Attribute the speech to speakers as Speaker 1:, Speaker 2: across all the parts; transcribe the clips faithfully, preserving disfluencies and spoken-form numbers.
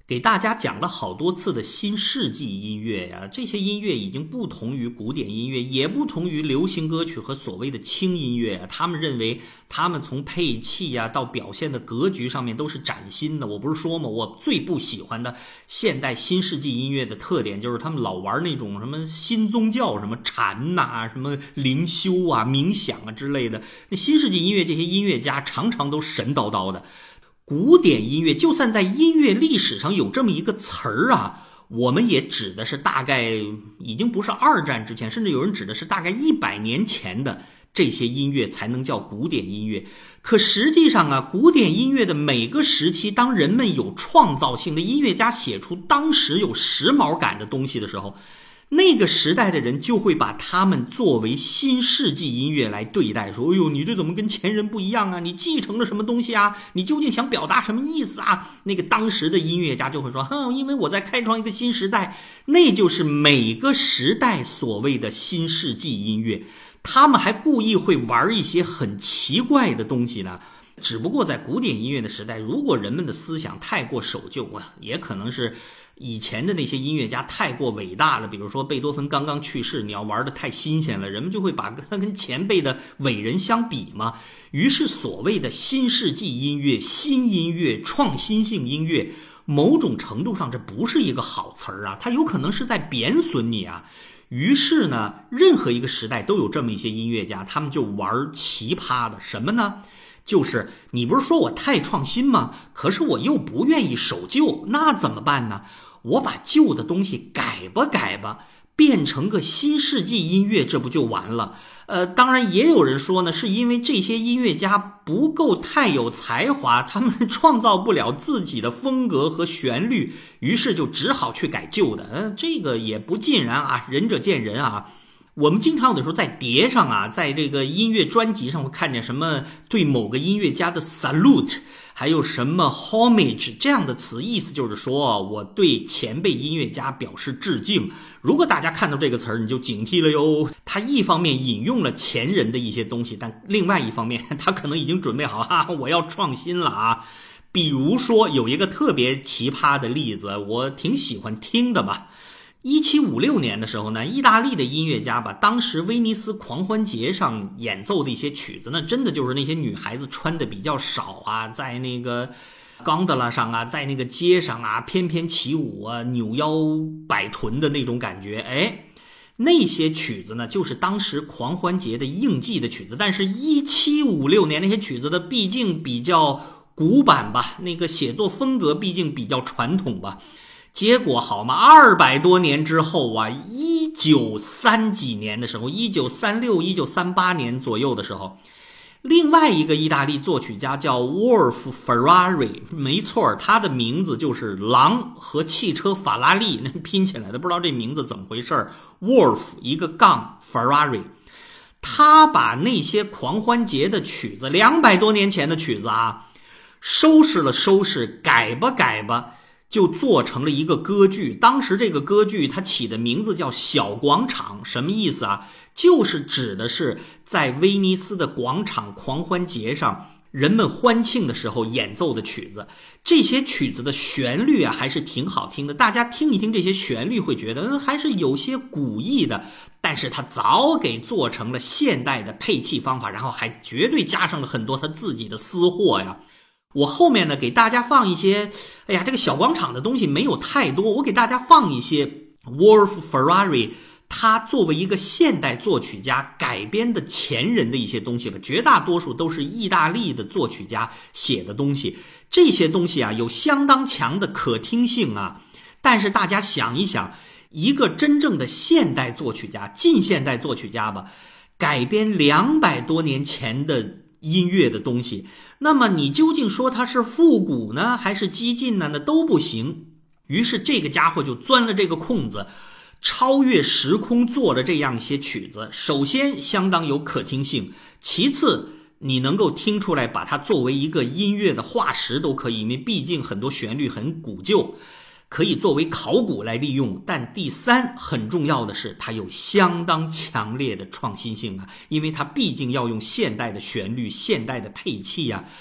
Speaker 1: 给大家讲了好多次的新世纪音乐呀，这些音乐已经不同于古典音乐，也不同于流行歌曲和所谓的轻音乐啊。他们认为他们从配器呀到表现的格局上面都是崭新的。我不是说嘛，我最不喜欢的现代新世纪音乐的特点就是他们老玩那种什么新宗教，什么禅呐、啊、什么灵修啊、冥想啊之类的。那新世纪音乐这些音乐家常常都神叨叨的。古典音乐就算在音乐历史上有这么一个词儿啊，我们也指的是大概已经不是二战之前，甚至有人指的是大概一百年前的这些音乐才能叫古典音乐。可实际上啊，古典音乐的每个时期，当人们有创造性的音乐家写出当时有时髦感的东西的时候，那个时代的人就会把他们作为新世纪音乐来对待，说哎呦，你这怎么跟前人不一样啊？你继承了什么东西啊？你究竟想表达什么意思啊？那个当时的音乐家就会说，哼，因为我在开创一个新时代。那就是每个时代所谓的新世纪音乐。他们还故意会玩一些很奇怪的东西呢。只不过在古典音乐的时代，如果人们的思想太过守旧啊，也可能是以前的那些音乐家太过伟大了，比如说贝多芬刚刚去世，你要玩的太新鲜了，人们就会把他跟前辈的伟人相比嘛。于是所谓的新世纪音乐、新音乐、创新性音乐，某种程度上这不是一个好词儿啊，它有可能是在贬损你啊。于是呢，任何一个时代都有这么一些音乐家，他们就玩奇葩的。什么呢？就是你不是说我太创新吗？可是我又不愿意守旧，那怎么办呢？我把旧的东西改吧改吧，变成个新世纪音乐，这不就完了？呃，当然也有人说呢，是因为这些音乐家不够太有才华，他们创造不了自己的风格和旋律，于是就只好去改旧的。嗯，这个也不尽然啊，仁者见仁啊。我们经常有的时候在碟上啊，在这个音乐专辑上会看见什么对某个音乐家的 salute， 还有什么 homage 这样的词，意思就是说我对前辈音乐家表示致敬。如果大家看到这个词儿，你就警惕了哟。他一方面引用了前人的一些东西，但另外一方面他可能已经准备好哈、啊，我要创新了啊。比如说有一个特别奇葩的例子，我挺喜欢听的吧。一七五六年的时候呢，意大利的音乐家把当时威尼斯狂欢节上演奏的一些曲子呢，真的就是那些女孩子穿的比较少啊，在那个冈德拉上啊，在那个街上啊翩翩起舞啊，扭腰摆臀的那种感觉。哎，那些曲子呢，就是当时狂欢节的应季的曲子。但是一七五六年那些曲子的毕竟比较古板吧，那个写作风格毕竟比较传统吧。结果好嘛，二百多年之后啊，一九三几年的时候，一九三六、一九三八年左右的时候，另外一个意大利作曲家叫 Wolf Ferrari， 没错，他的名字就是狼和汽车法拉利拼起来的，不知道这名字怎么回事。Wolf 一个杠 Ferrari， 他把那些狂欢节的曲子，两百多年前的曲子啊，收拾了收拾，改吧改吧，就做成了一个歌剧。当时这个歌剧它起的名字叫小广场，什么意思啊？就是指的是在威尼斯的广场狂欢节上，人们欢庆的时候演奏的曲子。这些曲子的旋律啊还是挺好听的，大家听一听这些旋律会觉得嗯还是有些古意的，但是他早给做成了现代的配器方法，然后还绝对加上了很多他自己的私货呀。我后面呢给大家放一些，哎呀，这个小广场的东西没有太多，我给大家放一些 Wolf Ferrari 他作为一个现代作曲家改编的前人的一些东西吧，绝大多数都是意大利的作曲家写的东西。这些东西啊有相当强的可听性啊，但是大家想一想，一个真正的现代作曲家，近现代作曲家吧，改编两百多年前的音乐的东西，那么你究竟说它是复古呢还是激进呢？那都不行。于是这个家伙就钻了这个空子，超越时空做了这样一些曲子。首先相当有可听性，其次你能够听出来把它作为一个音乐的化石都可以，因为毕竟很多旋律很古旧，可以作为考古来利用。但第三很重要的是它有相当强烈的创新性啊，因为它毕竟要用现代的旋律、现代的配器啊。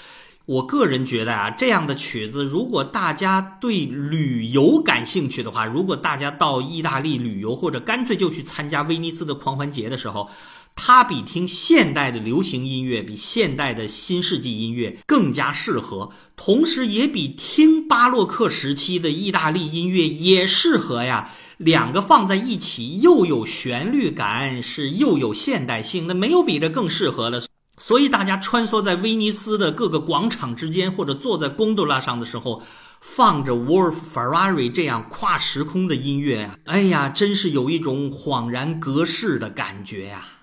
Speaker 1: 我个人觉得啊，这样的曲子，如果大家对旅游感兴趣的话，如果大家到意大利旅游，或者干脆就去参加威尼斯的狂欢节的时候，它比听现代的流行音乐，比现代的新世纪音乐更加适合，同时也比听巴洛克时期的意大利音乐也适合呀。两个放在一起，又有旋律感，是又有现代性，那没有比这更适合了。所以大家穿梭在威尼斯的各个广场之间，或者坐在贡多拉上的时候，放着 Wolf Ferrari 这样跨时空的音乐啊，哎呀，真是有一种恍然隔世的感觉呀。